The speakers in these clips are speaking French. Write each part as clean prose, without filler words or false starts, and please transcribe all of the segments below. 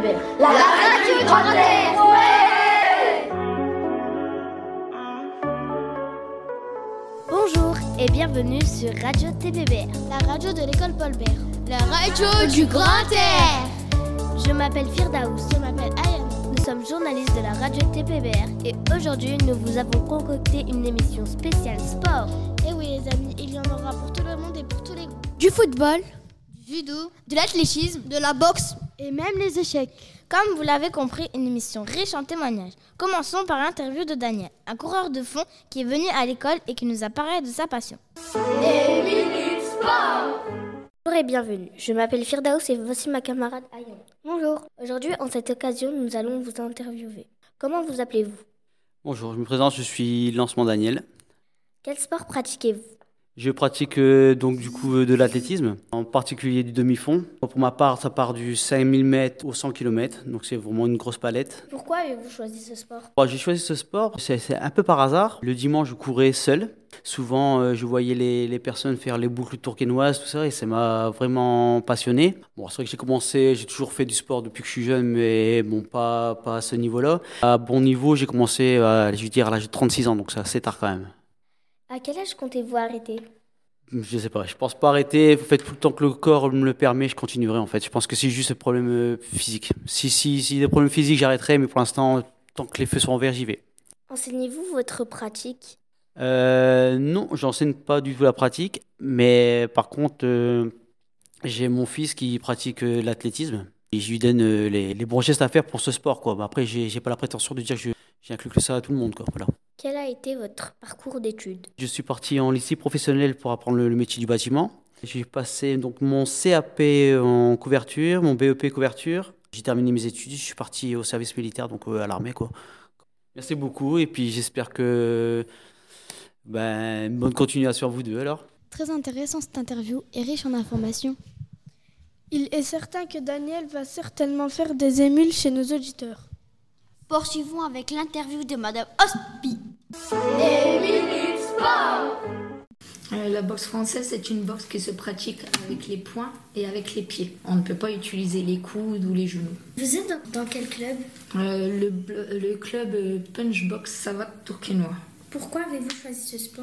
Bébert. La radio du Grand Air. Ouais. Bonjour et bienvenue sur Radio TBBR, la radio de l'école Paul Bert, la radio du Grand Air. Je m'appelle Firdaous. Je m'appelle Ayane. Nous sommes journalistes de la radio TBBR et aujourd'hui nous vous avons concocté une émission spéciale sport. Et oui les amis, il y en aura pour tout le monde et pour tous les goûts. Du football, Du judo, de l'athlétisme, de la boxe et même les échecs. Comme vous l'avez compris, une émission riche en témoignages. Commençons par l'interview de Daniel, un coureur de fond qui est venu à l'école et qui nous a parlé de sa passion. Les minutes sport. Bonjour et bienvenue. Je m'appelle Firdaous et voici ma camarade Ayane. Bonjour. Aujourd'hui, en cette occasion, nous allons vous interviewer. Comment vous appelez-vous ? Bonjour, je me présente, je suis Lancement Daniel. Quel sport pratiquez-vous ? Je pratique de l'athlétisme, en particulier du demi-fond. Pour ma part, ça part du 5000 mètres au 100 km, donc c'est vraiment une grosse palette. Pourquoi avez-vous choisi ce sport ? J'ai choisi ce sport, c'est un peu par hasard. Le dimanche, je courais seul. Souvent, je voyais les personnes faire les boucles tourquenoises, tout ça, et ça m'a vraiment passionné. Bon, c'est vrai que j'ai toujours fait du sport depuis que je suis jeune, mais bon, pas à ce niveau-là. À bon niveau, j'ai commencé à l'âge de 36 ans, donc c'est assez tard quand même. À quel âge comptez-vous arrêter ? Je sais pas, je pense pas arrêter. En fait, tout le temps que le corps me le permet, je continuerai en fait. Je pense que c'est juste un problème physique. Si des problèmes physiques, j'arrêterai, mais pour l'instant, tant que les feux sont en vert, j'y vais. Enseignez-vous votre pratique ? Non, j'enseigne pas du tout la pratique, mais par contre, j'ai mon fils qui pratique l'athlétisme et je lui donne les bons gestes à faire pour ce sport, quoi. Après, j'ai pas la prétention de dire que j'inclus que ça à tout le monde, quoi. Voilà. Quel a été votre parcours d'études ? Je suis parti en lycée professionnel pour apprendre le métier du bâtiment. J'ai passé donc mon CAP en couverture, mon BEP couverture. J'ai terminé mes études, je suis parti au service militaire, donc à l'armée, quoi. Merci beaucoup et puis j'espère que une bonne continuation à vous deux alors. Très intéressant cette interview et riche en informations. Il est certain que Daniel va certainement faire des émules chez nos auditeurs. Poursuivons avec l'interview de Madame Ospi. Les minutes sport. La boxe française, c'est une boxe qui se pratique avec les poings et avec les pieds. On ne peut pas utiliser les coudes ou les genoux. Vous êtes dans quel club ? Le club Punch Box Savate Tourquenois. Pourquoi avez-vous choisi ce sport ?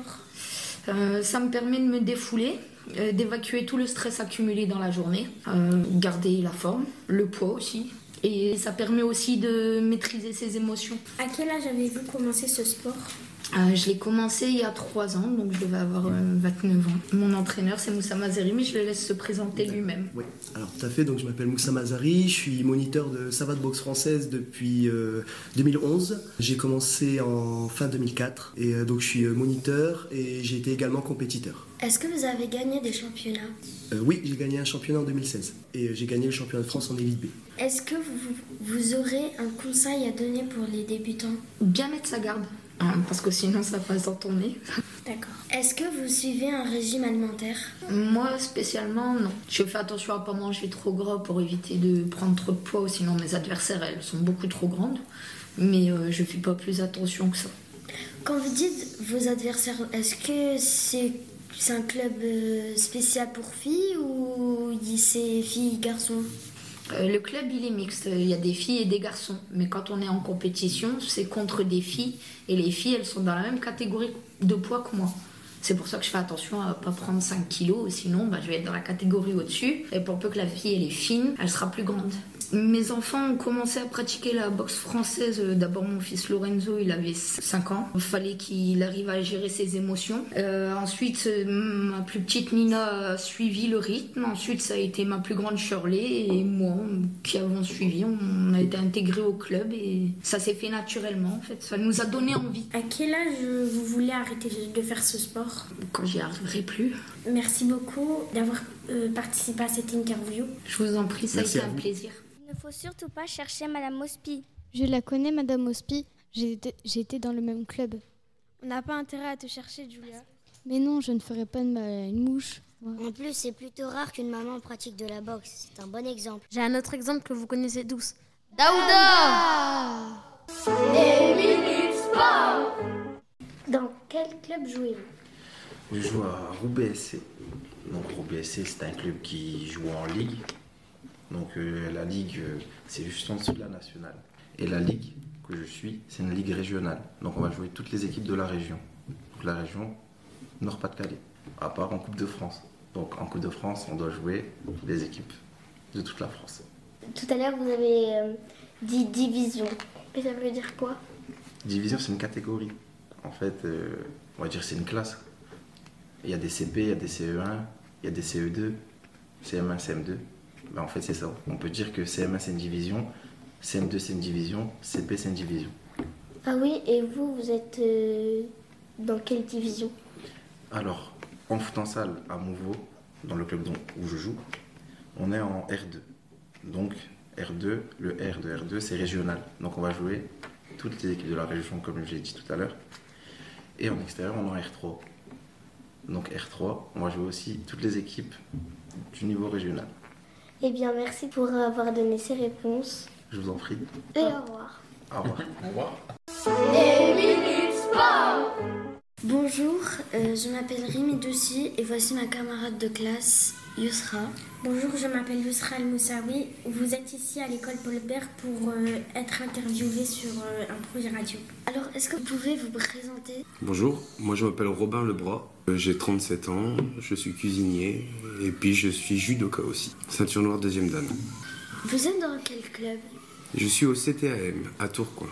Ça me permet de me défouler, d'évacuer tout le stress accumulé dans la journée, garder la forme, le poids aussi. Et ça permet aussi de maîtriser ses émotions. À quel âge avez-vous commencé ce sport ? Je l'ai commencé il y a 3 ans, donc je devais avoir 29 ans. Mon entraîneur, c'est Moussa Mazari, mais je le laisse se présenter lui-même. Oui, alors tout à fait, donc je m'appelle Moussa Mazari, je suis moniteur de Savate Boxe française depuis 2011. J'ai commencé en fin 2004, et donc je suis moniteur et j'ai été également compétiteur. Est-ce que vous avez gagné des championnats ? Oui, j'ai gagné un championnat en 2016, et j'ai gagné le championnat de France en élite B. Est-ce que vous aurez un conseil à donner pour les débutants ? Bien mettre sa garde. Parce que sinon ça passe dans ton nez. D'accord. Est-ce que vous suivez un régime alimentaire ? Moi spécialement non. Je fais attention à ne pas manger trop gras pour éviter de prendre trop de poids, sinon mes adversaires elles sont beaucoup trop grandes. Mais je fais pas plus attention que ça. Quand vous dites vos adversaires, est-ce que c'est un club spécial pour filles ou c'est filles, garçons ? Le club il est mixte, il y a des filles et des garçons, mais quand on est en compétition, c'est contre des filles et les filles elles sont dans la même catégorie de poids que moi. C'est pour ça que je fais attention à ne pas prendre 5 kilos, sinon je vais être dans la catégorie au-dessus et pour peu que la fille elle est fine, elle sera plus grande. Mes enfants ont commencé à pratiquer la boxe française. D'abord mon fils Lorenzo, il avait 5 ans. Il fallait qu'il arrive à gérer ses émotions. Ensuite, ma plus petite Nina a suivi le rythme. Ensuite, ça a été ma plus grande Shirley et moi qui avons suivi. On a été intégrés au club et ça s'est fait naturellement en fait. Ça nous a donné envie. À quel âge vous voulez arrêter de faire ce sport ? Quand j'y arriverai plus. Merci beaucoup d'avoir participé à cette interview. Je vous en prie, ça Merci a été un plaisir. Il ne faut surtout pas chercher Madame Ospi. Je la connais, Madame Ospi. J'ai été dans le même club. On n'a pas intérêt à te chercher, Julia. Mais non, je ne ferai pas de mal à une mouche. Ouais. En plus, c'est plutôt rare qu'une maman pratique de la boxe. C'est un bon exemple. J'ai un autre exemple que vous connaissez tous. Daouda ! Les minutes sport. Dans quel club jouez-vous ? Je joue à Roubaix SC. Donc Roubaix SC, c'est un club qui joue en Ligue. Donc la ligue, c'est juste en dessous de la nationale. Et la ligue que je suis, c'est une ligue régionale. Donc on va jouer toutes les équipes de la région. Donc la région Nord-Pas-de-Calais, à part en Coupe de France. Donc en Coupe de France, on doit jouer les équipes de toute la France. Tout à l'heure, vous avez dit division. Mais ça veut dire quoi? Division, c'est une catégorie. En fait, on va dire c'est une classe. Il y a des CP, il y a des CE1, il y a des CE2, CM1, CM2. Ben, en fait, c'est ça. On peut dire que CM1, c'est une division, CM2, c'est une division, CP, c'est une division. Ah oui, et vous êtes dans quelle division? Alors, en foot en salle à Mouveau, dans le club où je joue, on est en R2. Donc, R2, le R de R2, c'est régional. Donc, on va jouer toutes les équipes de la région, comme je l'ai dit tout à l'heure. Et en extérieur, on est en R3. Donc, R3, on va jouer aussi toutes les équipes du niveau régional. Eh bien, merci pour avoir donné ces réponses. Je vous en prie. Et au revoir. Au revoir. Au revoir. Les minutes sport. Bonjour, je m'appelle Rimi Doussi et voici ma camarade de classe, Yousra. Bonjour, je m'appelle Yousra Al-Moussaoui. Vous êtes ici à l'école Paul Bert pour être interviewée sur un projet radio. Alors, est-ce que vous pouvez vous présenter? Bonjour, moi je m'appelle Robin Lebras, j'ai 37 ans, je suis cuisinier et puis je suis judoka aussi, ceinture noire 2e dan. Vous êtes dans quel club? Je suis au CTAM à Tourcoing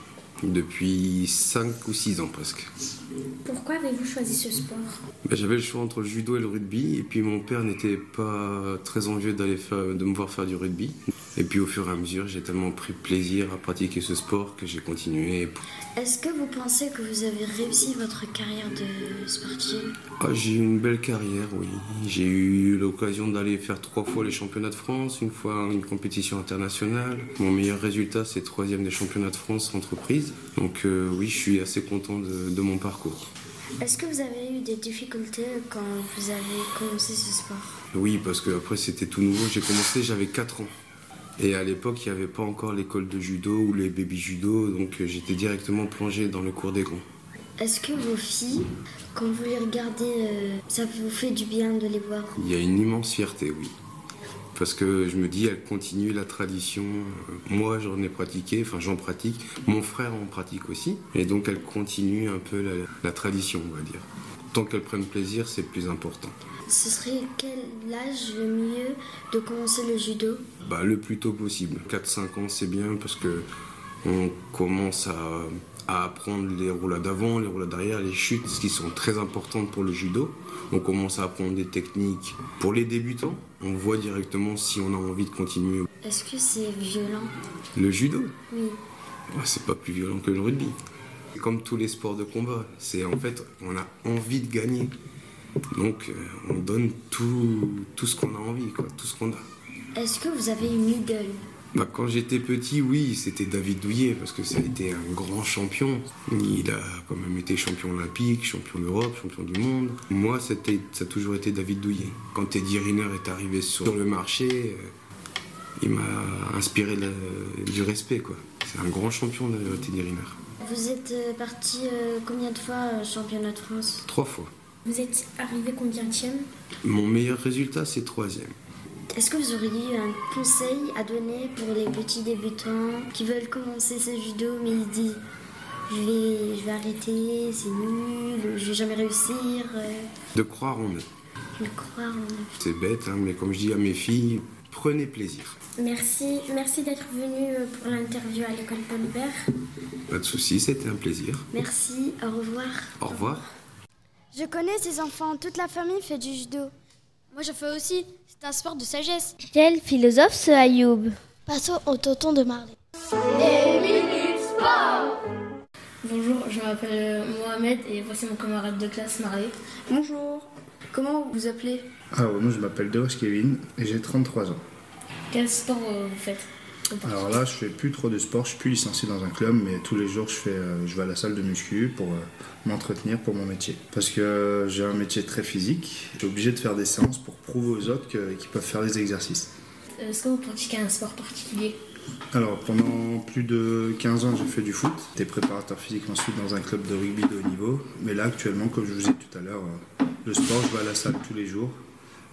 depuis 5 ou 6 ans presque. Pourquoi avez-vous choisi ce sport? J'avais le choix entre le judo et le rugby et puis mon père n'était pas très envieux de me voir faire du rugby. Et puis au fur et à mesure, j'ai tellement pris plaisir à pratiquer ce sport que j'ai continué. Est-ce que vous pensez que vous avez réussi votre carrière de sportive? J'ai eu une belle carrière, oui. J'ai eu l'occasion d'aller faire 3 fois les championnats de France, une fois une compétition internationale. Mon meilleur résultat, c'est 3e des championnats de France entreprise. Donc oui, je suis assez content de mon parcours. Est-ce que vous avez eu des difficultés quand vous avez commencé ce sport? Oui, parce qu'après c'était tout nouveau. J'ai commencé, j'avais 4 ans. Et à l'époque, il n'y avait pas encore l'école de judo ou les baby judo, donc j'étais directement plongé dans le cours des grands. Est-ce que vos filles, quand vous les regardez, ça vous fait du bien de les voir? Il y a une immense fierté, oui. Parce que je me dis, elles continuent la tradition. Moi, j'en ai pratiqué, enfin j'en pratique. Mon frère en pratique aussi. Et donc, elles continuent un peu la tradition, on va dire. Tant qu'elles prennent plaisir, c'est le plus important. Ce serait quel âge le mieux de commencer le judo? Le plus tôt possible. 4-5 ans, c'est bien parce que on commence à apprendre les roulades d'avant, les roulades d'arrière, les chutes, ce qui sont très importantes pour le judo. On commence à apprendre des techniques pour les débutants. On voit directement si on a envie de continuer. Est-ce que c'est violent? Le judo? Oui. C'est pas plus violent que le rugby. Comme tous les sports de combat, c'est en fait, on a envie de gagner. Donc, on donne tout ce qu'on a envie, quoi, tout ce qu'on a. Est-ce que vous avez une idole? Quand j'étais petit, oui, c'était David Douillet, parce que ça a été un grand champion. Il a quand même été champion olympique, champion d'Europe, champion du monde. Moi, ça a toujours été David Douillet. Quand Teddy Riner est arrivé sur le marché, il m'a inspiré du respect, quoi. C'est un grand champion, Teddy Riner. Vous êtes parti combien de fois championnat de France? 3 fois. Vous êtes arrivé combienième? Mon meilleur résultat, c'est 3e. Est-ce que vous auriez un conseil à donner pour les petits débutants qui veulent commencer ce judo mais ils disent je vais arrêter, c'est nul, je vais jamais réussir? De croire en eux. De croire en eux. C'est bête, hein, mais comme je dis à mes filles, prenez plaisir. Merci d'être venu pour l'interview à l'école Paul Bert. Pas de souci, c'était un plaisir. Merci, au revoir. Au revoir. Je connais ces enfants, toute la famille fait du judo. Moi j'en fais aussi, c'est un sport de sagesse. Quel philosophe ce Ayoub? Passons au tonton de Marley. Les minutes sport. Bonjour, je m'appelle Mohamed et voici mon camarade de classe Marley. Bonjour. Comment vous vous appelez? Moi je m'appelle Deroche Kevin et j'ai 33 ans. Quel sport vous faites? Alors là je fais plus trop de sport, je suis plus licencié dans un club, mais tous les jours je vais à la salle de muscu pour m'entretenir pour mon métier. Parce que j'ai un métier très physique, je suis obligé de faire des séances pour prouver aux autres qu'ils peuvent faire des exercices. Est-ce que vous pratiquez un sport particulier? Alors pendant plus de 15 ans j'ai fait du foot, j'étais préparateur physique ensuite dans un club de rugby de haut niveau, mais là actuellement comme je vous ai dit tout à l'heure, le sport je vais à la salle tous les jours,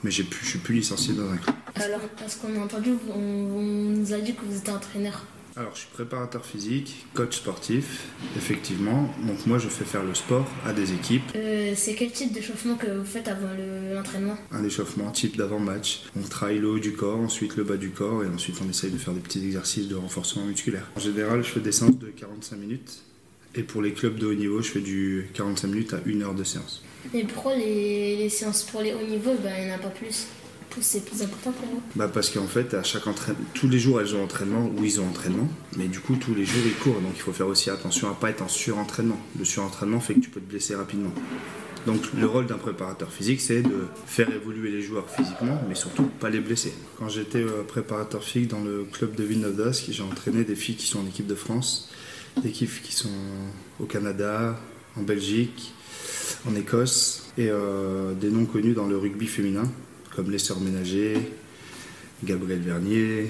mais je suis plus licencié dans un club. Alors, parce qu'on a entendu, on nous a dit que vous étiez entraîneur. Alors, je suis préparateur physique, coach sportif, effectivement. Donc moi, je fais faire le sport à des équipes. C'est quel type d'échauffement que vous faites avant l'entraînement ? Un échauffement type d'avant-match. On travaille le haut du corps, ensuite le bas du corps, et ensuite on essaye de faire des petits exercices de renforcement musculaire. En général, je fais des séances de 45 minutes. Et pour les clubs de haut niveau, je fais du 45 minutes à 1 heure de séance. Mais pourquoi les séances pour les hauts niveaux, il n'y en a pas plus ? C'est plus important pour vous ? Parce qu'en fait, à chaque tous les jours, elles ont entraînement ou ils ont entraînement. Mais du coup, tous les jours, ils courent. Donc il faut faire aussi attention à ne pas être en surentraînement. Le surentraînement fait que tu peux te blesser rapidement. Donc le rôle d'un préparateur physique, c'est de faire évoluer les joueurs physiquement, mais surtout pas les blesser. Quand j'étais préparateur physique dans le club de Villeneuve d'Ascq, j'ai entraîné des filles qui sont en équipe de France, des filles qui sont au Canada, en Belgique, en Écosse, et des noms connus dans le rugby féminin, comme les Sœurs Ménager, Gabriel Vernier,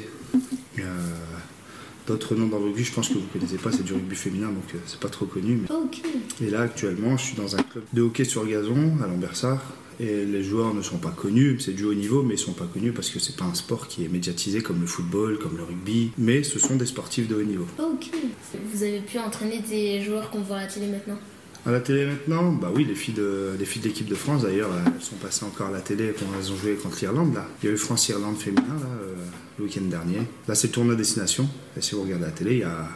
d'autres noms dans le rugby, je pense que vous ne connaissez pas, c'est du rugby féminin, donc c'est pas trop connu. Mais... Okay. Et là, actuellement, je suis dans un club de hockey sur gazon à Lambersart, et les joueurs ne sont pas connus, c'est du haut niveau, mais ils ne sont pas connus parce que c'est pas un sport qui est médiatisé comme le football, comme le rugby, mais ce sont des sportifs de haut niveau. Ok. Vous avez pu entraîner des joueurs qu'on voit à la télé maintenant ? À la télé maintenant, bah oui, les filles de l'équipe de France d'ailleurs, elles sont passées encore à la télé quand elles ont joué contre l'Irlande là. Il y a eu France-Irlande féminin là, le week-end dernier. Là c'est le tournoi destination. Et si vous regardez la télé, il y a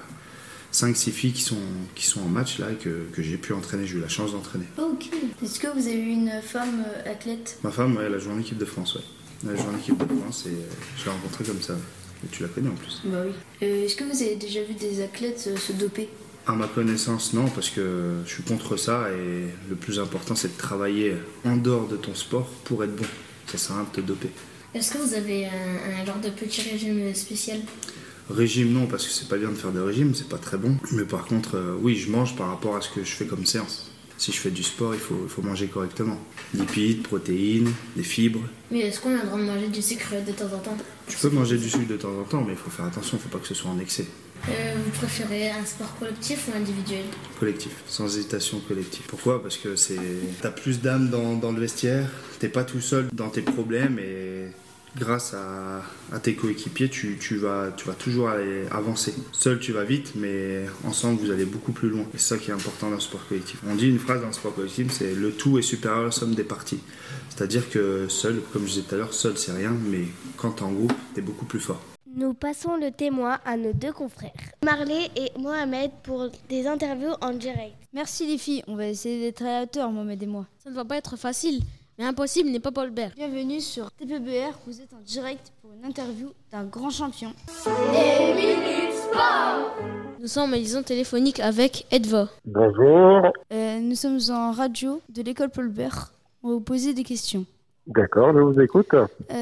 5-6 filles qui sont en match là que j'ai pu entraîner, j'ai eu la chance d'entraîner. Ok. Est-ce que vous avez eu une femme athlète ? Ma femme, ouais, elle a joué en équipe de France, ouais. Elle a joué en équipe de France et je l'ai rencontrée comme ça. Et tu la connais en plus. Bah oui. Est-ce que vous avez déjà vu des athlètes se doper ? À ma connaissance, non, parce que je suis contre ça et le plus important, c'est de travailler en dehors de ton sport pour être bon. Ça sert à rien de te doper. Est-ce que vous avez un genre de petit régime spécial ? Régime, non, parce que c'est pas bien de faire des régimes, c'est pas très bon. Mais par contre, oui, je mange par rapport à ce que je fais comme séance. Si je fais du sport, il faut manger correctement. Lipides, protéines, des fibres. Mais est-ce qu'on a le droit de manger du sucre de temps en temps ? Tu peux manger du sucre de temps en temps, mais il faut faire attention, il faut pas que ce soit en excès. Vous préférez un sport collectif ou individuel ? Collectif, sans hésitation collectif. Pourquoi ? Parce que t'as plus d'âme dans le vestiaire, t'es pas tout seul dans tes problèmes et grâce à tes coéquipiers, tu vas toujours aller avancer. Seul tu vas vite, mais ensemble vous allez beaucoup plus loin. Et c'est ça qui est important dans le sport collectif. On dit une phrase dans le sport collectif, c'est le tout est supérieur à la somme des parties. C'est-à-dire que seul, comme je disais tout à l'heure, seul c'est rien, mais quand t'es en groupe, t'es beaucoup plus fort. Nous passons le témoin à nos deux confrères, Marley et Mohamed, pour des interviews en direct. Merci les filles, on va essayer d'être à la hauteur, Mohamed et moi. Ça ne va pas être facile, mais impossible n'est pas Paul Bert. Bienvenue sur TPBR, vous êtes en direct pour une interview d'un grand champion. Des minutes sport. Nous sommes en liaison téléphonique avec Edva. Bonjour. Nous sommes en radio de l'école Paul Bert. On va vous poser des questions. D'accord, je vous écoute.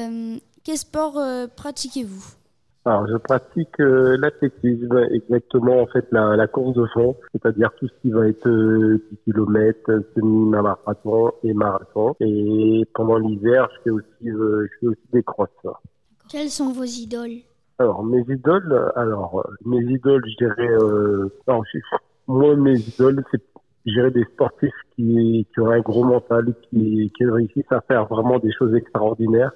Quel sport pratiquez-vous ? Alors, je pratique l'athlétisme, exactement en fait la course de fond, c'est-à-dire tout ce qui va être 10 km, semi-marathon et marathon. Et pendant l'hiver, je fais aussi des crosses. Quelles sont vos idoles ? Alors, mes idoles, je dirais, moi, mes idoles, c'est, je dirais, des sportifs qui ont un gros mental, qui réussissent à faire vraiment des choses extraordinaires.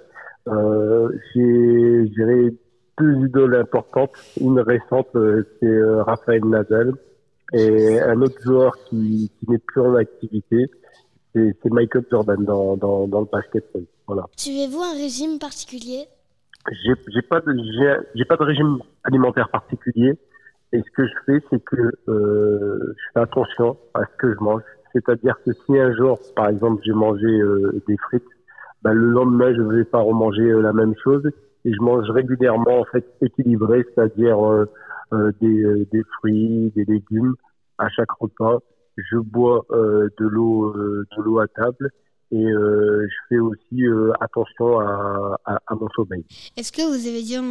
Je dirais, 2 idoles importantes. Une récente, c'est Rafael Nadal. Et un autre joueur qui n'est plus en activité, c'est Michael Jordan dans le basketball. Voilà. Suivez-vous un régime particulier ? J'ai pas de régime alimentaire particulier. Et ce que je fais, c'est que je fais attention à ce que je mange. C'est-à-dire que si un jour, par exemple, j'ai mangé des frites, le lendemain, je ne vais pas remanger la même chose. Et je mange régulièrement en fait équilibré, c'est-à-dire des fruits, des légumes à chaque repas. Je bois de l'eau à table et je fais aussi attention à mon sommeil. Est-ce que vous avez déjà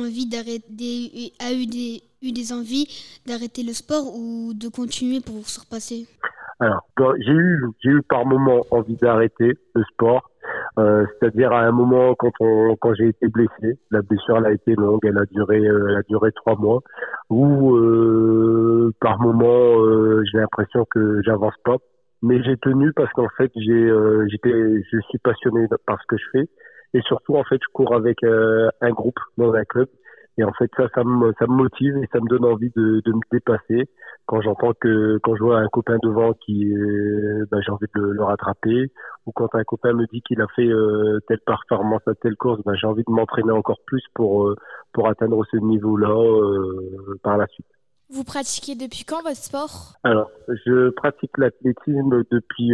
eu des envies d'arrêter le sport ou de continuer pour vous surpasser ? Alors, j'ai eu par moments envie d'arrêter le sport. C'est-à-dire à un moment quand j'ai été blessé, la blessure elle a été longue, elle a duré 3 mois, où par moment j'ai l'impression que j'avance pas, mais j'ai tenu parce qu'en fait je suis passionné par ce que je fais Et surtout, en fait, je cours avec un groupe dans un club. Et en fait, ça me motive et ça me donne envie de me dépasser. Quand je vois un copain devant j'ai envie de le rattraper. Ou quand un copain me dit qu'il a fait telle performance à telle course, j'ai envie de m'entraîner encore plus pour atteindre ce niveau-là par la suite. Vous pratiquez depuis quand votre sport? Alors, je pratique l'athlétisme depuis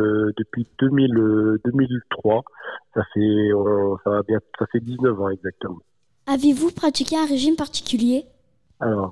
2003. Ça fait 19 ans exactement. Avez-vous pratiqué un régime particulier? Alors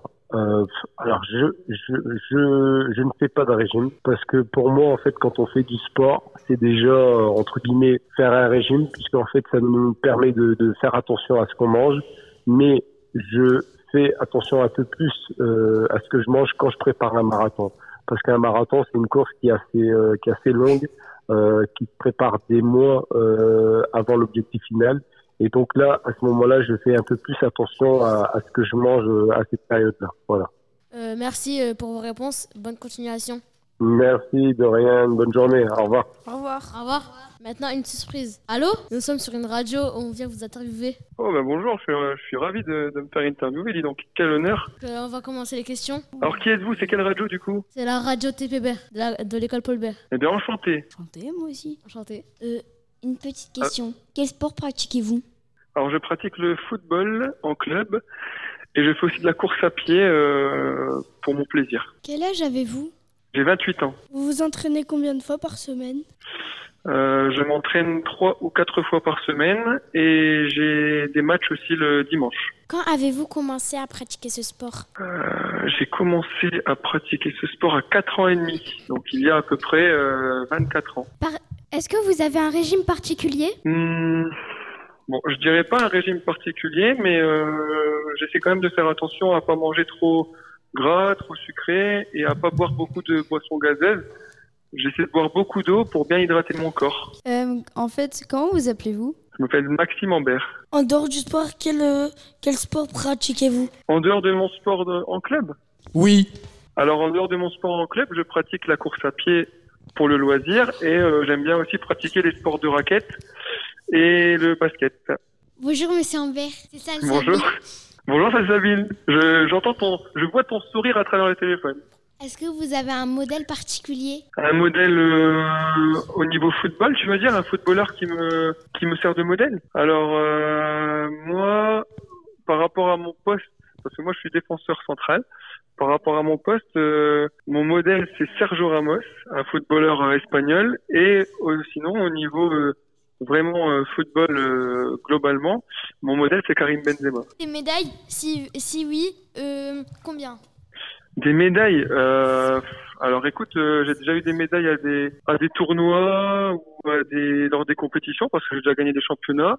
je ne fais pas de régime parce que pour moi, en fait, quand on fait du sport, c'est déjà, entre guillemets, faire un régime puisqu'en fait, ça nous permet de faire attention à ce qu'on mange. Mais je fais attention un peu plus à ce que je mange quand je prépare un marathon. Parce qu'un marathon, c'est une course qui est assez longue, qui se prépare des mois avant l'objectif final. Et donc là, à ce moment-là, je fais un peu plus attention à ce que je mange à cette période-là. Voilà. Merci pour vos réponses. Bonne continuation. Merci, de rien. Bonne journée. Au revoir. Au revoir. Au revoir. Maintenant, une surprise. Allô? Nous sommes sur une radio, on vient vous interviewer. Bonjour, je suis ravi de me faire interviewer. Dis donc, quel honneur. On va commencer les questions. Alors, qui êtes-vous? C'est quelle radio, du coup? C'est la radio TPBR, de l'école Paul Bert. Eh bien, enchanté. Enchanté, moi aussi. Enchanté. Une petite question. Quel sport pratiquez-vous? Alors, je pratique le football en club et je fais aussi de la course à pied pour mon plaisir. Quel âge avez-vous? J'ai 28 ans. Vous vous entraînez combien de fois par semaine? Je m'entraîne 3 ou 4 fois par semaine et j'ai des matchs aussi le dimanche. Quand avez-vous commencé à pratiquer ce sport? J'ai commencé à pratiquer ce sport à 4 ans et demi, donc il y a à peu près 24 ans. Est-ce que vous avez un régime particulier? Bon, je dirais pas un régime particulier, mais j'essaie quand même de faire attention à pas manger trop gras, trop sucré et à pas boire beaucoup de boissons gazeuses. J'essaie de boire beaucoup d'eau pour bien hydrater mon corps. En fait, comment vous appelez-vous? Je m'appelle Maxime Ambert. En dehors du sport, quel sport pratiquez-vous? En dehors de mon sport en club? Oui. Alors, en dehors de mon sport en club, je pratique la course à pied pour le loisir et j'aime bien aussi pratiquer les sports de raquettes et le basket. Bonjour Monsieur Ambert, c'est Salsabile. Bonjour. Bonjour Salsabile. Je vois ton sourire à travers le téléphone. Est-ce que vous avez un modèle particulier? Un modèle au niveau football, tu veux dire? Un footballeur qui me sert de modèle? Alors, moi, par rapport à mon poste, parce que moi je suis défenseur central, par rapport à mon poste, mon modèle c'est Sergio Ramos, un footballeur espagnol, et sinon au niveau vraiment football globalement, mon modèle c'est Karim Benzema. Des médailles? Si oui, combien? Des médailles, alors écoute, j'ai déjà eu des médailles à des tournois ou lors des compétitions parce que j'ai déjà gagné des championnats.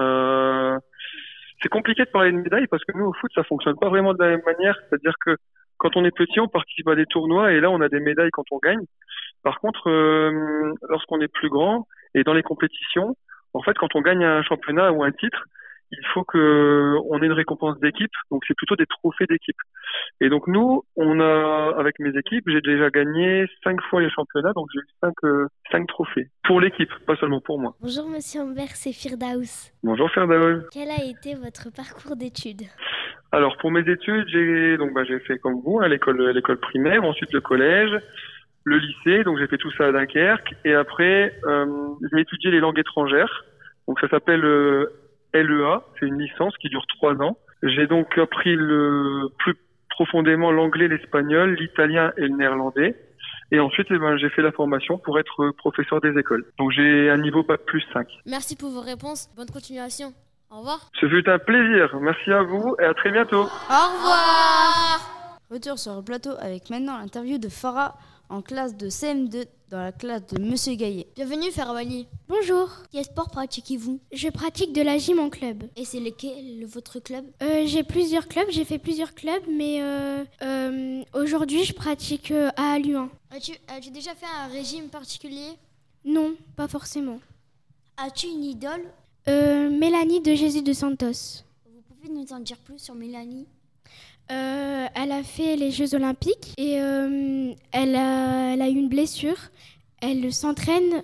C'est compliqué de parler de médailles parce que nous au foot ça fonctionne pas vraiment de la même manière, c'est-à-dire que quand on est petit on participe à des tournois et là on a des médailles quand on gagne. Par contre, lorsqu'on est plus grand et dans les compétitions, en fait quand on gagne un championnat ou un titre, il faut qu'on ait une récompense d'équipe, donc c'est plutôt des trophées d'équipe. Et donc nous, avec mes équipes, j'ai déjà gagné 5 fois les championnats, donc j'ai eu 5 trophées. Pour l'équipe, pas seulement pour moi. Bonjour Monsieur Ambert, c'est Firdaus. Bonjour Firdaus. Quel a été votre parcours d'études? Alors pour mes études, j'ai fait comme vous, l'école primaire, ensuite le collège, le lycée, donc j'ai fait tout ça à Dunkerque. Et après, j'ai étudié les langues étrangères, donc ça s'appelle LEA, c'est une licence qui dure 3 ans. J'ai donc appris plus profondément l'anglais, l'espagnol, l'italien et le néerlandais. Et ensuite, j'ai fait la formation pour être professeur des écoles. Donc j'ai un niveau Bac plus 5. Merci pour vos réponses. Bonne continuation. Au revoir. Ce fut un plaisir. Merci à vous et à très bientôt. Au revoir. Retour sur le plateau avec maintenant l'interview de Farah en classe de CM2 dans la classe de Monsieur Gaillet. Bienvenue Farabani. Bonjour. Quel sport pratiquez-vous? Je pratique de la gym en club. Et c'est lequel votre club? J'ai plusieurs clubs, j'ai fait plusieurs clubs, mais aujourd'hui je pratique à Luan. As-tu déjà fait un régime particulier? Non, pas forcément. As-tu une idole? Mélanie de Jésus de Santos. Vous pouvez nous en dire plus sur Mélanie? Elle a fait les Jeux Olympiques et elle a eu une blessure. Elle s'entraîne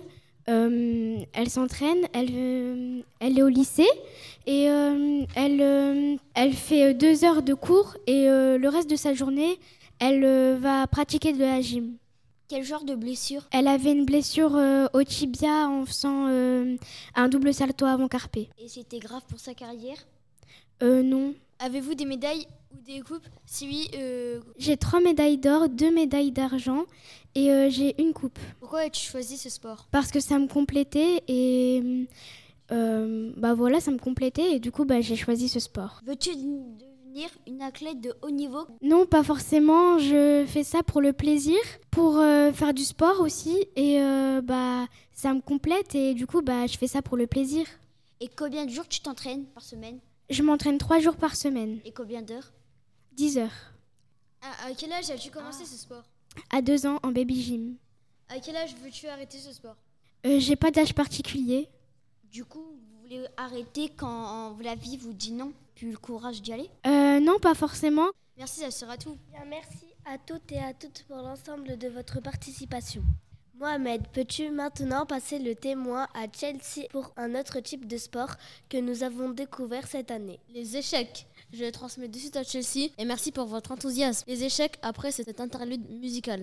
Elle s'entraîne, elle est au lycée et elle fait 2 heures de cours et le reste de sa journée, elle va pratiquer de la gym. Quel genre de blessure? Elle avait une blessure au tibia en faisant un double salto avant carpé. Et c'était grave pour sa carrière? Non. Avez-vous des médailles ou des coupes? Si oui, J'ai 3 médailles d'or, 2 médailles d'argent et j'ai une coupe. pourquoi as-tu choisi ce sport? Parce que ça me complétait et voilà, ça me complétait et du coup j'ai choisi ce sport. Veux-tu devenir une athlète de haut niveau? Non, pas forcément. Je fais ça pour le plaisir, pour faire du sport aussi et ça me complète et du coup je fais ça pour le plaisir. Et combien de jours tu t'entraînes par semaine? Je m'entraîne 3 jours par semaine. Et combien d'heures? 10 heures. À quel âge as-tu commencé ce sport? À 2 ans en baby gym. À quel âge veux-tu arrêter ce sport? J'ai pas d'âge particulier. Du coup, vous voulez arrêter quand la vie vous dit non? Puis le courage d'y aller? Non, pas forcément. Merci, ça sera tout. Bien, merci à toutes et à toutes pour l'ensemble de votre participation. Mohamed, peux-tu maintenant passer le témoin à Chelsea pour un autre type de sport que nous avons découvert cette année? Les échecs. Je les transmets de suite à Chelsea et merci pour votre enthousiasme. Les échecs après cet interlude musical.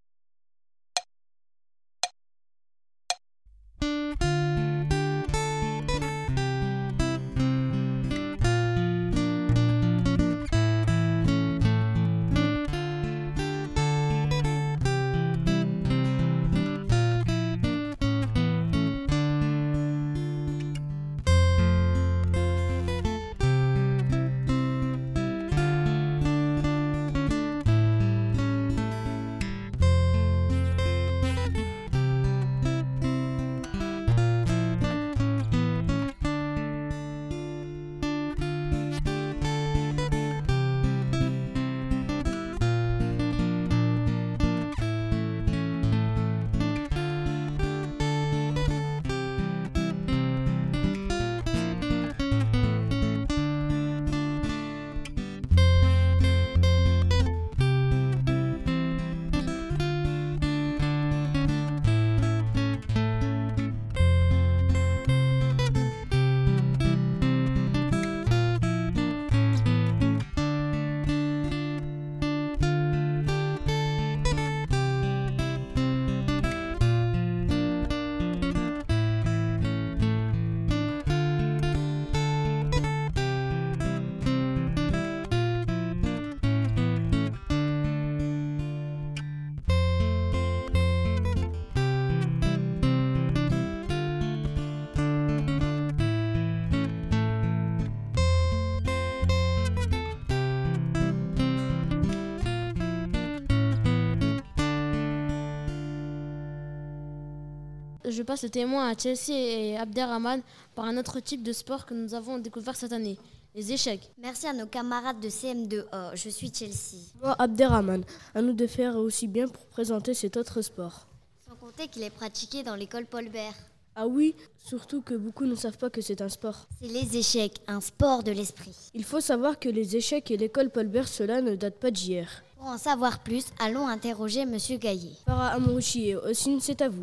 Je passe le témoin à Chelsea et Abderrahman par un autre type de sport que nous avons découvert cette année, les échecs. Merci à nos camarades de CM2A. Je suis Chelsea. Moi, Abderrahman, à nous de faire aussi bien pour présenter cet autre sport. Sans compter qu'il est pratiqué dans l'école Paul Bert. Ah oui, surtout que beaucoup ne savent pas que c'est un sport. C'est les échecs, un sport de l'esprit. Il faut savoir que les échecs et l'école Paul Bert, cela ne date pas d'hier. Pour en savoir plus, allons interroger Monsieur Gaillet. Farah Amrouchi et Ossine, c'est à vous.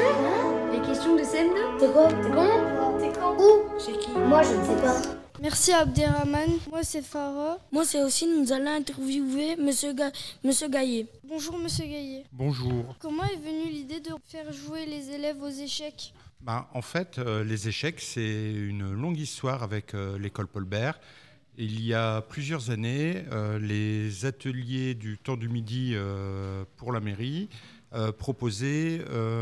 Les questions de CM2? C'est quoi? C'est comment? C'est quand? Où? C'est qui? Moi, je ne sais pas. Merci Abderrahman. Moi, c'est Farah. Moi, c'est Ossine. Nous allons interviewer Monsieur Gaillet. Bonjour, Monsieur Gaillet. Bonjour. Comment est venue l'idée de faire jouer les élèves aux échecs? En fait, les échecs, c'est une longue histoire avec l'école Paul Bert. Il y a plusieurs années, les ateliers du temps du midi pour la mairie proposaient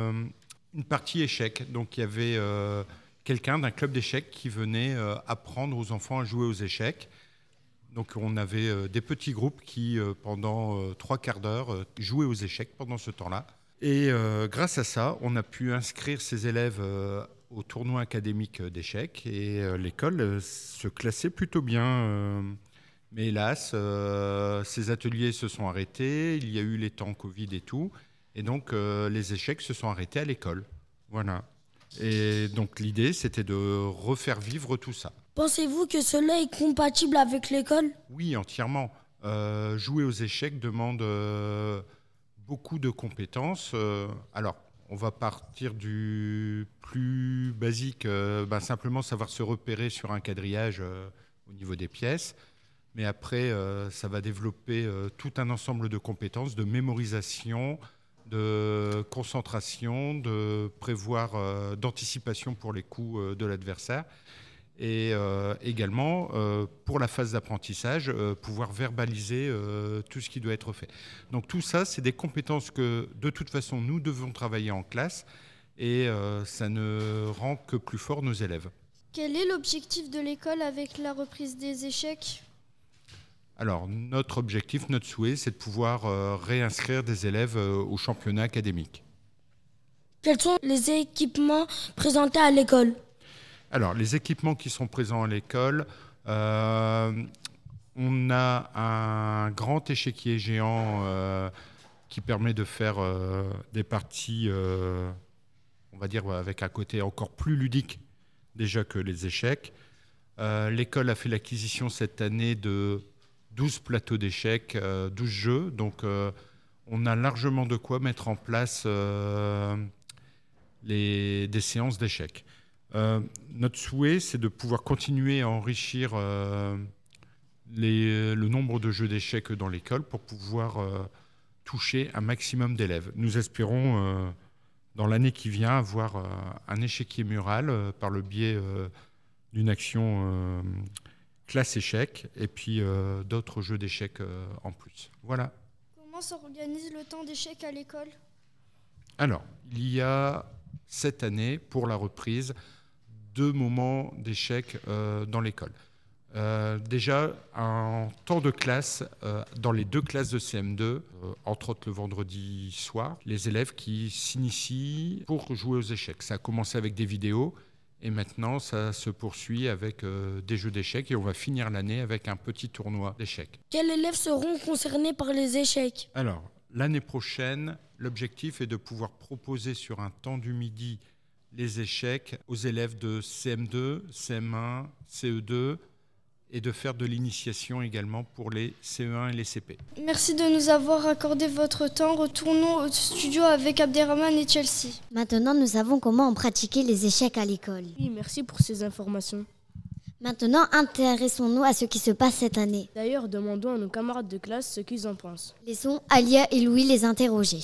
une partie échecs. Donc il y avait quelqu'un d'un club d'échecs qui venait apprendre aux enfants à jouer aux échecs. Donc on avait des petits groupes qui, pendant 3 quarts d'heure, jouaient aux échecs pendant ce temps-là. Et grâce à ça, on a pu inscrire ces élèves au tournoi académique d'échecs et l'école se classait plutôt bien. Mais hélas, ces ateliers se sont arrêtés, il y a eu les temps Covid et tout, et donc les échecs se sont arrêtés à l'école. Voilà. Et donc l'idée, c'était de refaire vivre tout ça. Pensez-vous que cela est compatible avec l'école? Oui, entièrement. Jouer aux échecs demande beaucoup de compétences. Alors, On va partir du plus basique, simplement savoir se repérer sur un quadrillage au niveau des pièces. Mais après, ça va développer tout un ensemble de compétences, de mémorisation, de concentration, de prévoir, d'anticipation pour les coups de l'adversaire. Et également, pour la phase d'apprentissage, pouvoir verbaliser tout ce qui doit être fait. Donc tout ça, c'est des compétences que, de toute façon, nous devons travailler en classe et ça ne rend que plus fort nos élèves. Quel est l'objectif de l'école avec la reprise des échecs ? Alors, notre objectif, notre souhait, c'est de pouvoir réinscrire des élèves au championnat académique. Quels sont les équipements présentés à l'école ? Alors, les équipements qui sont présents à l'école, on a un grand échiquier géant qui permet de faire des parties, on va dire, avec un côté encore plus ludique déjà que les échecs. L'école a fait l'acquisition cette année de 12 plateaux d'échecs, 12 jeux. Donc, on a largement de quoi mettre en place des séances d'échecs. Notre souhait, c'est de pouvoir continuer à enrichir le nombre de jeux d'échecs dans l'école pour pouvoir toucher un maximum d'élèves. Nous espérons, dans l'année qui vient, avoir un échiquier mural par le biais d'une action classe échecs et puis d'autres jeux d'échecs en plus. Voilà. Comment s'organise le temps d'échecs à l'école ? Alors, il y a cette année, pour la reprise, 2 moments d'échecs dans l'école. Déjà, un temps de classe dans les 2 classes de CM2, entre autres le vendredi soir, les élèves qui s'initient pour jouer aux échecs. Ça a commencé avec des vidéos et maintenant ça se poursuit avec des jeux d'échecs et on va finir l'année avec un petit tournoi d'échecs. Quels élèves seront concernés par les échecs ? Alors, l'année prochaine, l'objectif est de pouvoir proposer sur un temps du midi les échecs aux élèves de CM2, CM1, CE2 et de faire de l'initiation également pour les CE1 et les CP. Merci de nous avoir accordé votre temps. Retournons au studio avec Abderrahmane et Chelsea. Maintenant, nous savons comment pratiquer les échecs à l'école. Oui, merci pour ces informations. Maintenant, intéressons-nous à ce qui se passe cette année. D'ailleurs, demandons à nos camarades de classe ce qu'ils en pensent. Laissons Alia et Louis les interroger.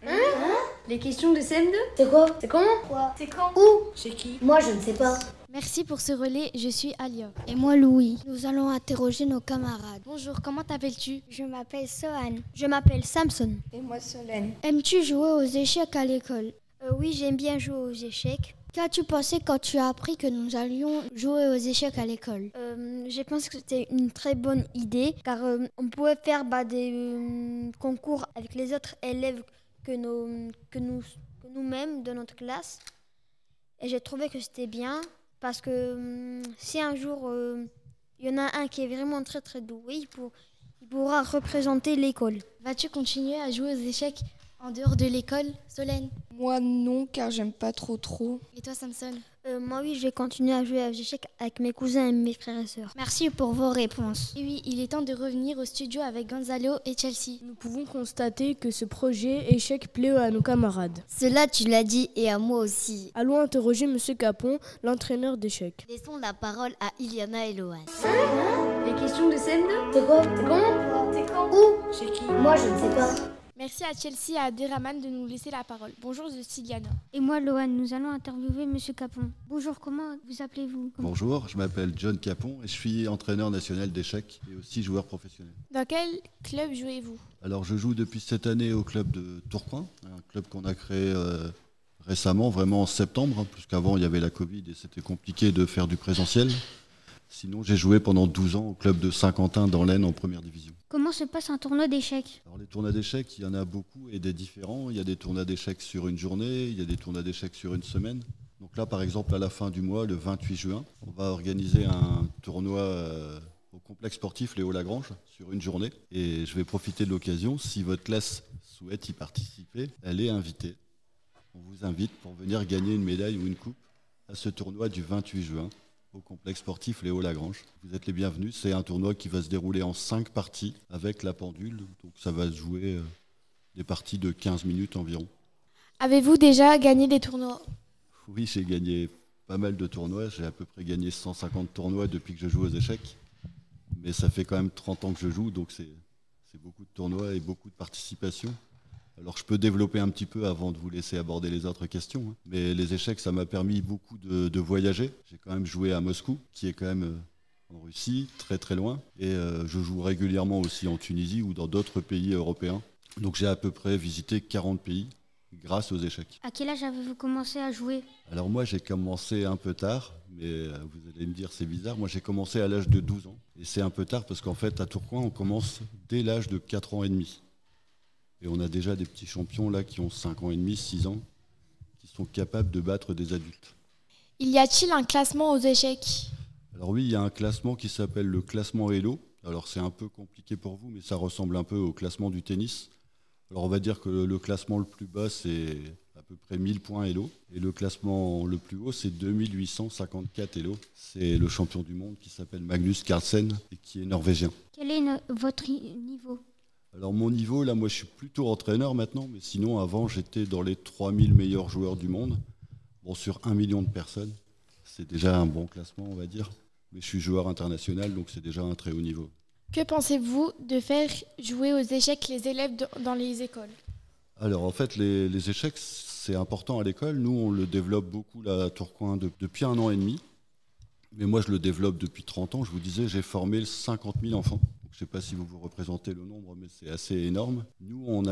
Les questions de CM2 ? C'est quoi ? C'est comment ? Quoi ? C'est quand ? Où ? C'est qui ? Moi, je ne sais pas. Merci pour ce relais, je suis Alia. Et moi, Louis. Nous allons interroger nos camarades. Bonjour, comment t'appelles-tu ? Je m'appelle Sohan. Je m'appelle Samson. Et moi, Solène. Aimes-tu jouer aux échecs à l'école ? Oui, j'aime bien jouer aux échecs. Qu'as-tu pensé quand tu as appris que nous allions jouer aux échecs à l'école ? Je pense que c'était une très bonne idée car on pouvait faire des concours avec les autres élèves que nous-mêmes de notre classe. Et j'ai trouvé que c'était bien parce que si un jour il y en a un qui est vraiment très très doué, il pourra représenter l'école. Vas-tu continuer à jouer aux échecs en dehors de l'école, Solène ? Moi non, car j'aime pas trop. Et toi, Samson ? Moi oui, je vais continuer à jouer aux échecs avec mes cousins et mes frères et sœurs. Merci pour vos réponses. Et oui, il est temps de revenir au studio avec Gonzalo et Chelsea. Nous pouvons constater que ce projet échec plaît à nos camarades. Cela, tu l'as dit, et à moi aussi. Allons interroger M. Capon, l'entraîneur d'échecs. Laissons la parole à Iliana et Lohan. Les questions de CM2 ? C'est quoi ? C'est comment ? C'est quand ? Où ? C'est qui ? Moi, je ne sais pas. Merci à Chelsea et à Abderrahmane de nous laisser la parole. Bonjour, je suis Diana. Et moi, Lohan, nous allons interviewer M. Capon. Bonjour, comment vous appelez-vous ? Bonjour, je m'appelle John Capon et je suis entraîneur national d'échecs et aussi joueur professionnel. Dans quel club jouez-vous ? Alors je joue depuis cette année au club de Tourcoing, un club qu'on a créé récemment, vraiment en septembre, puisqu'avant il y avait la Covid et c'était compliqué de faire du présentiel. Sinon, j'ai joué pendant 12 ans au club de Saint-Quentin dans l'Aisne en première division. Comment se passe un tournoi d'échecs ? Alors les tournois d'échecs, il y en a beaucoup et des différents. Il y a des tournois d'échecs sur une journée, il y a des tournois d'échecs sur une semaine. Donc là, par exemple, à la fin du mois, le 28 juin, on va organiser un tournoi au complexe sportif Léo Lagrange sur une journée. Et je vais profiter de l'occasion, si votre classe souhaite y participer, elle est invitée. On vous invite pour venir gagner une médaille ou une coupe à ce tournoi du 28 juin. Au complexe sportif Léo Lagrange. Vous êtes les bienvenus. C'est un tournoi qui va se dérouler en 5 parties avec la pendule. Donc ça va se jouer des parties de 15 minutes environ. Avez-vous déjà gagné des tournois? Oui, j'ai gagné pas mal de tournois. J'ai à peu près gagné 150 tournois depuis que je joue aux échecs. Mais ça fait quand même 30 ans que je joue, donc c'est beaucoup de tournois et beaucoup de participation. Alors je peux développer un petit peu avant de vous laisser aborder les autres questions. Mais les échecs, ça m'a permis beaucoup de voyager. J'ai quand même joué à Moscou, qui est quand même en Russie, très très loin. Et je joue régulièrement aussi en Tunisie ou dans d'autres pays européens. Donc j'ai à peu près visité 40 pays grâce aux échecs. À quel âge avez-vous commencé à jouer? Alors moi j'ai commencé un peu tard, mais vous allez me dire c'est bizarre. Moi j'ai commencé à l'âge de 12 ans. Et c'est un peu tard parce qu'en fait à Tourcoing on commence dès l'âge de 4 ans et demi. Et on a déjà des petits champions là qui ont 5 ans et demi, 6 ans, qui sont capables de battre des adultes. Y a-t-il un classement aux échecs? Alors oui, il y a un classement qui s'appelle le classement Elo. Alors c'est un peu compliqué pour vous, mais ça ressemble un peu au classement du tennis. Alors on va dire que le classement le plus bas, c'est à peu près 1000 points Elo. Et le classement le plus haut, c'est 2854 Elo. C'est le champion du monde qui s'appelle Magnus Carlsen et qui est norvégien. Quel est votre niveau? Alors mon niveau, là, moi je suis plutôt entraîneur maintenant, mais sinon avant j'étais dans les 3000 meilleurs joueurs du monde. Bon, sur 1 million de personnes, c'est déjà un bon classement, on va dire. Mais je suis joueur international, donc c'est déjà un très haut niveau. Que pensez-vous de faire jouer aux échecs les élèves dans les écoles? Alors en fait, les échecs, c'est important à l'école. Nous, on le développe beaucoup là, à Tourcoing depuis 1 an et demi. Mais moi, je le développe depuis 30 ans. Je vous disais, j'ai formé 50 000 enfants. Donc, je ne sais pas si vous représentez le nombre, mais c'est assez énorme. Nous, on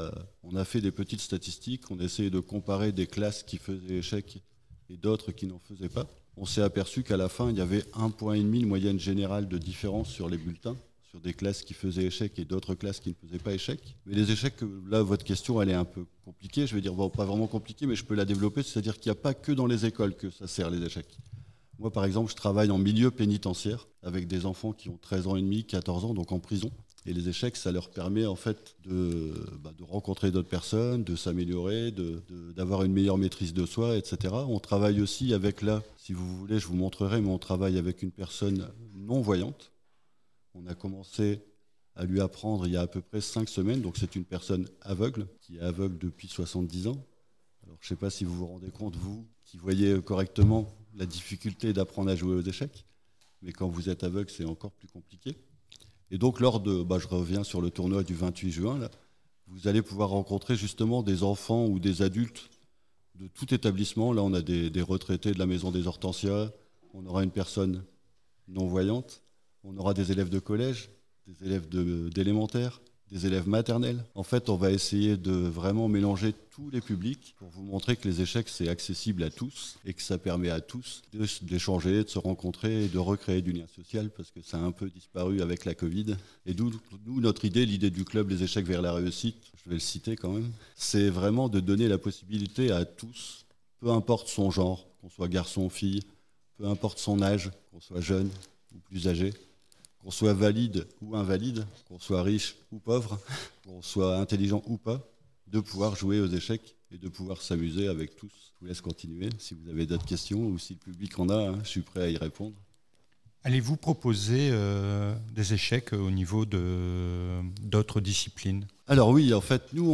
a fait des petites statistiques. On a essayé de comparer des classes qui faisaient échecs et d'autres qui n'en faisaient pas. On s'est aperçu qu'à la fin, il y avait 1,5 point de moyenne générale de différence sur les bulletins, sur des classes qui faisaient échec et d'autres classes qui ne faisaient pas échec. Mais les échecs, là, votre question, elle est un peu compliquée. Je vais dire, bon, pas vraiment compliquée, mais je peux la développer. C'est-à-dire qu'il n'y a pas que dans les écoles que ça sert, les échecs. Moi, par exemple, je travaille en milieu pénitentiaire avec des enfants qui ont 13 ans et demi, 14 ans, donc en prison. Et les échecs, ça leur permet en fait de rencontrer d'autres personnes, de s'améliorer, d'avoir une meilleure maîtrise de soi, etc. On travaille aussi avec, là, si vous voulez, je vous montrerai, mais on travaille avec une personne non-voyante. On a commencé à lui apprendre il y a à peu près 5 semaines, donc c'est une personne aveugle, qui est aveugle depuis 70 ans. Alors je ne sais pas si vous vous rendez compte, vous, qui voyez correctement la difficulté d'apprendre à jouer aux échecs, mais quand vous êtes aveugle, c'est encore plus compliqué. Et donc, lors de, je reviens sur le tournoi du 28 juin, là, vous allez pouvoir rencontrer justement des enfants ou des adultes de tout établissement. Là, on a des retraités de la maison des Hortensias, on aura une personne non-voyante, on aura des élèves de collège, des élèves d'élémentaire, des élèves maternels. En fait, on va essayer de vraiment mélanger tous les publics pour vous montrer que les échecs, c'est accessible à tous et que ça permet à tous d'échanger, de se rencontrer et de recréer du lien social parce que ça a un peu disparu avec la Covid. Et nous, notre idée, l'idée du club Les Échecs vers la réussite, je vais le citer quand même, c'est vraiment de donner la possibilité à tous, peu importe son genre, qu'on soit garçon, fille, peu importe son âge, qu'on soit jeune ou plus âgé, qu'on soit valide ou invalide, qu'on soit riche ou pauvre, qu'on soit intelligent ou pas, de pouvoir jouer aux échecs et de pouvoir s'amuser avec tous. Je vous laisse continuer si vous avez d'autres questions ou si le public en a, je suis prêt à y répondre. Allez-vous proposer des échecs au niveau d'autres disciplines? Alors oui, en fait, nous,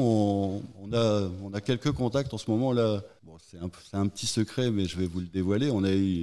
on a quelques contacts en ce moment là. Bon, c'est un petit secret, mais je vais vous le dévoiler. On a eu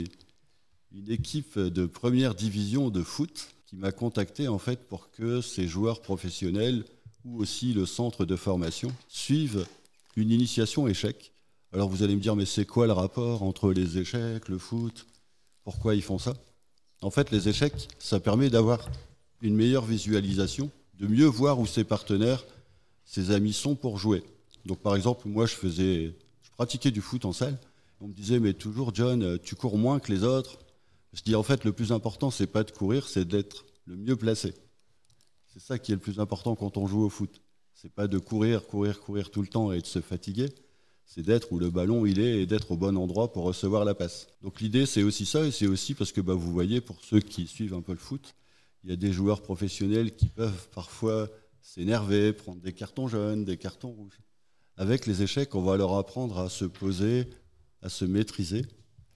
une équipe de première division de foot qui m'a contacté en fait pour que ces joueurs professionnels ou aussi le centre de formation suivent une initiation échec. Alors vous allez me dire, mais c'est quoi le rapport entre les échecs, le foot? Pourquoi ils font ça? En fait, les échecs, ça permet d'avoir une meilleure visualisation, de mieux voir où ses partenaires, ses amis sont pour jouer. Donc par exemple, moi je pratiquais du foot en salle. On me disait, mais toujours John, tu cours moins que les autres. Je dis en fait, le plus important, c'est pas de courir, c'est d'être le mieux placé. C'est ça qui est le plus important quand on joue au foot. C'est pas de courir tout le temps et de se fatiguer. C'est d'être où le ballon il est et d'être au bon endroit pour recevoir la passe. Donc l'idée, c'est aussi ça, et c'est aussi parce que vous voyez, pour ceux qui suivent un peu le foot, il y a des joueurs professionnels qui peuvent parfois s'énerver, prendre des cartons jaunes, des cartons rouges. Avec les échecs, on va leur apprendre à se poser, à se maîtriser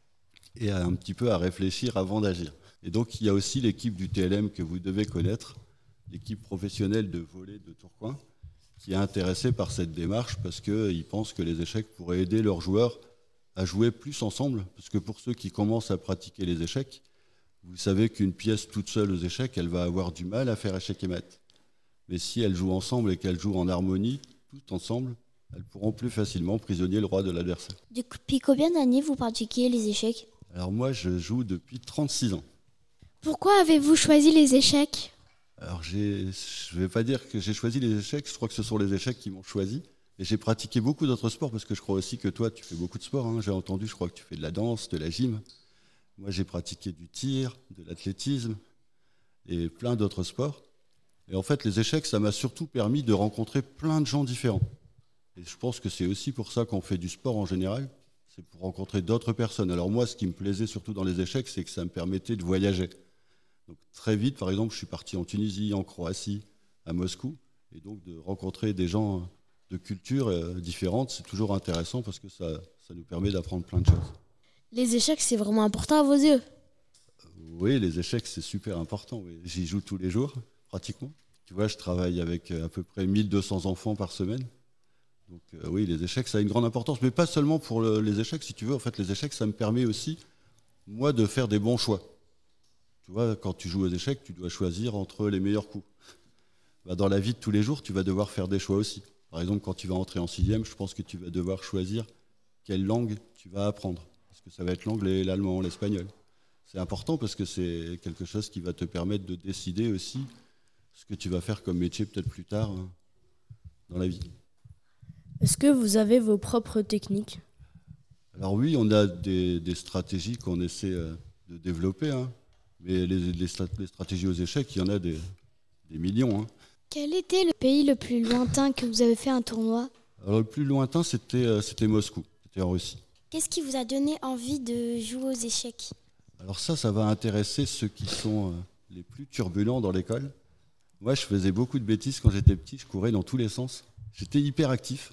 et un petit peu à réfléchir avant d'agir. Et donc il y a aussi l'équipe du TLM que vous devez connaître, l'équipe professionnelle de volley de Tourcoing, qui est intéressé par cette démarche parce qu'il pense que les échecs pourraient aider leurs joueurs à jouer plus ensemble. Parce que pour ceux qui commencent à pratiquer les échecs, vous savez qu'une pièce toute seule aux échecs, elle va avoir du mal à faire échec et mat. Mais si elles jouent ensemble et qu'elles jouent en harmonie, tout ensemble, elles pourront plus facilement prisonnier le roi de l'adversaire. Depuis combien d'années vous pratiquez les échecs? Alors moi, je joue depuis 36 ans. Pourquoi avez-vous choisi les échecs? Alors je ne vais pas dire que j'ai choisi les échecs, je crois que ce sont les échecs qui m'ont choisi. Et j'ai pratiqué beaucoup d'autres sports parce que je crois aussi que toi, tu fais beaucoup de sport. Hein. J'ai entendu, je crois que tu fais de la danse, de la gym. Moi, j'ai pratiqué du tir, de l'athlétisme et plein d'autres sports. Et en fait, les échecs, ça m'a surtout permis de rencontrer plein de gens différents. Et je pense que c'est aussi pour ça qu'on fait du sport en général, c'est pour rencontrer d'autres personnes. Alors moi, ce qui me plaisait surtout dans les échecs, c'est que ça me permettait de voyager. Donc très vite, par exemple, je suis parti en Tunisie, en Croatie, à Moscou. Et donc de rencontrer des gens de cultures différentes, c'est toujours intéressant parce que ça nous permet d'apprendre plein de choses. Les échecs, c'est vraiment important à vos yeux? Oui, les échecs, c'est super important. Oui. J'y joue tous les jours, pratiquement. Tu vois, je travaille avec à peu près 1200 enfants par semaine. Donc oui, les échecs, ça a une grande importance. Mais pas seulement pour les échecs, si tu veux. En fait, les échecs, ça me permet aussi, moi, de faire des bons choix. Tu vois, quand tu joues aux échecs, tu dois choisir entre les meilleurs coups. Dans la vie de tous les jours, tu vas devoir faire des choix aussi. Par exemple, quand tu vas entrer en 6e, je pense que tu vas devoir choisir quelle langue tu vas apprendre. Parce que ça va être l'anglais, l'allemand, l'espagnol. C'est important parce que c'est quelque chose qui va te permettre de décider aussi ce que tu vas faire comme métier peut-être plus tard dans la vie. Est-ce que vous avez vos propres techniques? Alors oui, on a des stratégies qu'on essaie de développer. Hein. Mais les stratégies aux échecs, il y en a des millions. Hein. Quel était le pays le plus lointain que vous avez fait un tournoi? Alors le plus lointain, c'était Moscou, c'était en Russie. Qu'est-ce qui vous a donné envie de jouer aux échecs? Alors ça va intéresser ceux qui sont les plus turbulents dans l'école. Moi, je faisais beaucoup de bêtises quand j'étais petit, je courais dans tous les sens. J'étais hyper actif.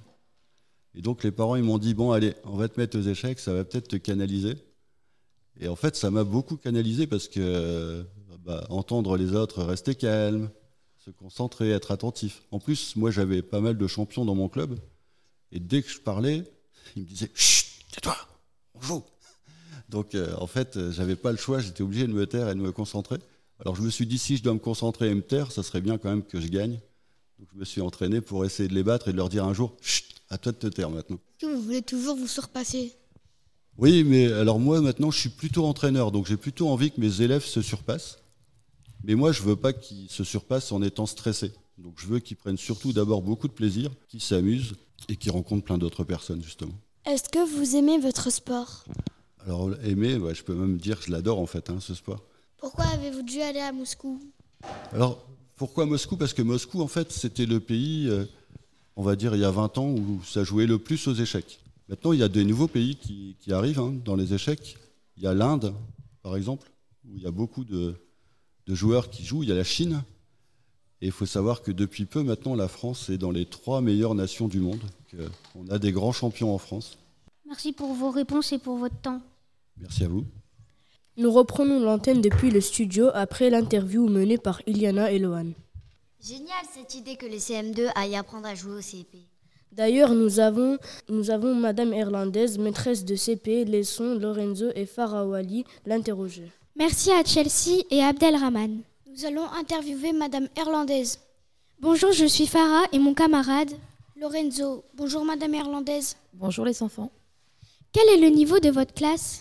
Et donc les parents, ils m'ont dit, bon allez, on va te mettre aux échecs, ça va peut-être te canaliser. Et en fait, ça m'a beaucoup canalisé parce que entendre les autres, rester calme, se concentrer, être attentif. En plus, moi, j'avais pas mal de champions dans mon club. Et dès que je parlais, ils me disaient « Chut, tais-toi, on joue !» Donc, en fait, j'avais pas le choix, j'étais obligé de me taire et de me concentrer. Alors, je me suis dit, si je dois me concentrer et me taire, ça serait bien quand même que je gagne. Donc, je me suis entraîné pour essayer de les battre et de leur dire un jour « Chut, à toi de te taire maintenant !» Est-ce que vous voulez toujours vous surpasser? Oui, mais alors moi, maintenant, je suis plutôt entraîneur, donc j'ai plutôt envie que mes élèves se surpassent. Mais moi, je veux pas qu'ils se surpassent en étant stressés. Donc je veux qu'ils prennent surtout d'abord beaucoup de plaisir, qu'ils s'amusent et qu'ils rencontrent plein d'autres personnes, justement. Est-ce que vous aimez votre sport? Alors aimer, je peux même dire que je l'adore en fait, ce sport. Pourquoi avez-vous dû aller à Moscou? Alors, pourquoi Moscou? Parce que Moscou, en fait, c'était le pays, on va dire, il y a 20 ans, où ça jouait le plus aux échecs. Maintenant, il y a des nouveaux pays qui arrivent dans les échecs. Il y a l'Inde, par exemple, où il y a beaucoup de joueurs qui jouent. Il y a la Chine. Et il faut savoir que depuis peu, maintenant, la France est dans les 3 meilleures nations du monde. On a des grands champions en France. Merci pour vos réponses et pour votre temps. Merci à vous. Nous reprenons l'antenne depuis le studio après l'interview menée par Iliana et Lohan. Génial cette idée que les CM2 aillent apprendre à jouer au CP. D'ailleurs, nous avons Madame Irlandaise, maîtresse de CP, Lesson, Lorenzo et Farah Wali, l'interroger. Merci à Chelsea et Abdelrahman. Nous allons interviewer Madame Irlandaise. Bonjour, je suis Farah et mon camarade Lorenzo. Bonjour Madame Irlandaise. Bonjour les enfants. Quel est le niveau de votre classe?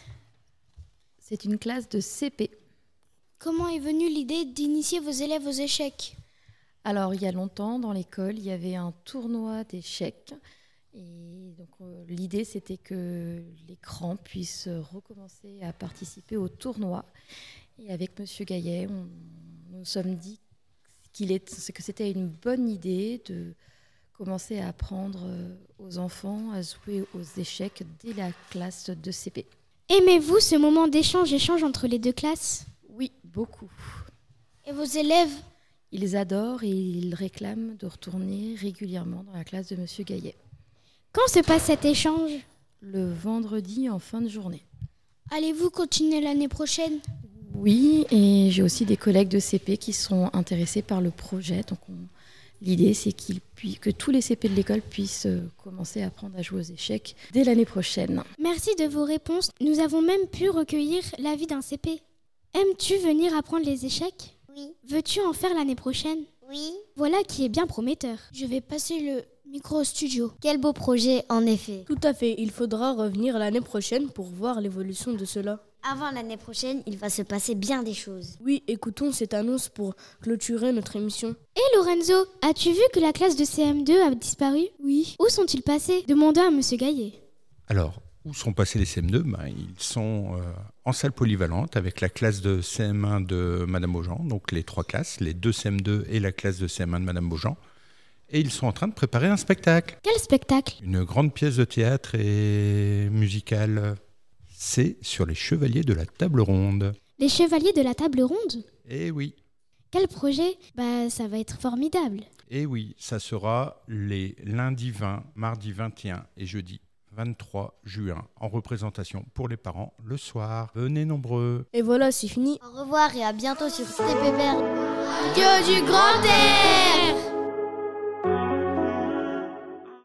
C'est une classe de CP. Comment est venue l'idée d'initier vos élèves aux échecs? Alors, il y a longtemps, dans l'école, il y avait un tournoi d'échecs. Et donc, l'idée, c'était que les grands puissent recommencer à participer au tournoi. Et avec Monsieur Gaillet, nous nous sommes dit que c'était une bonne idée de commencer à apprendre aux enfants à jouer aux échecs dès la classe de CP. Aimez-vous ce moment d'échange entre les deux classes? Oui, beaucoup. Et vos élèves? Ils adorent et ils réclament de retourner régulièrement dans la classe de Monsieur Gaillet. Quand se passe cet échange? Le vendredi en fin de journée. Allez-vous continuer l'année prochaine? Oui, et j'ai aussi des collègues de CP qui sont intéressés par le projet. Donc L'idée, c'est que tous les CP de l'école puissent commencer à apprendre à jouer aux échecs dès l'année prochaine. Merci de vos réponses. Nous avons même pu recueillir l'avis d'un CP. Aimes-tu venir apprendre les échecs? Oui. Veux-tu en faire l'année prochaine? Oui. Voilà qui est bien prometteur. Je vais passer le micro au studio. Quel beau projet, en effet. Tout à fait, il faudra revenir l'année prochaine pour voir l'évolution de cela. Avant l'année prochaine, il va se passer bien des choses. Oui, écoutons cette annonce pour clôturer notre émission. Hé Lorenzo, as-tu vu que la classe de CM2 a disparu? Oui. Où sont-ils passés? Demanda à Monsieur Gaillet. Alors, où sont passés les CM2? Ils sont en salle polyvalente avec la classe de CM1 de Madame Beaujean, donc les 3 classes, les 2 CM2 et la classe de CM1 de Madame Beaujean. Et ils sont en train de préparer un spectacle. Quel spectacle? Une grande pièce de théâtre et musicale. C'est sur les chevaliers de la table ronde. Les chevaliers de la table ronde? Eh oui. Quel projet? Ça va être formidable. Eh oui, ça sera les lundis 20, mardi 21 et jeudi 23 juin en représentation pour les parents le soir. Venez nombreux. Et voilà, c'est fini. Au revoir et à bientôt sur TPPR. Radio du Grand Air.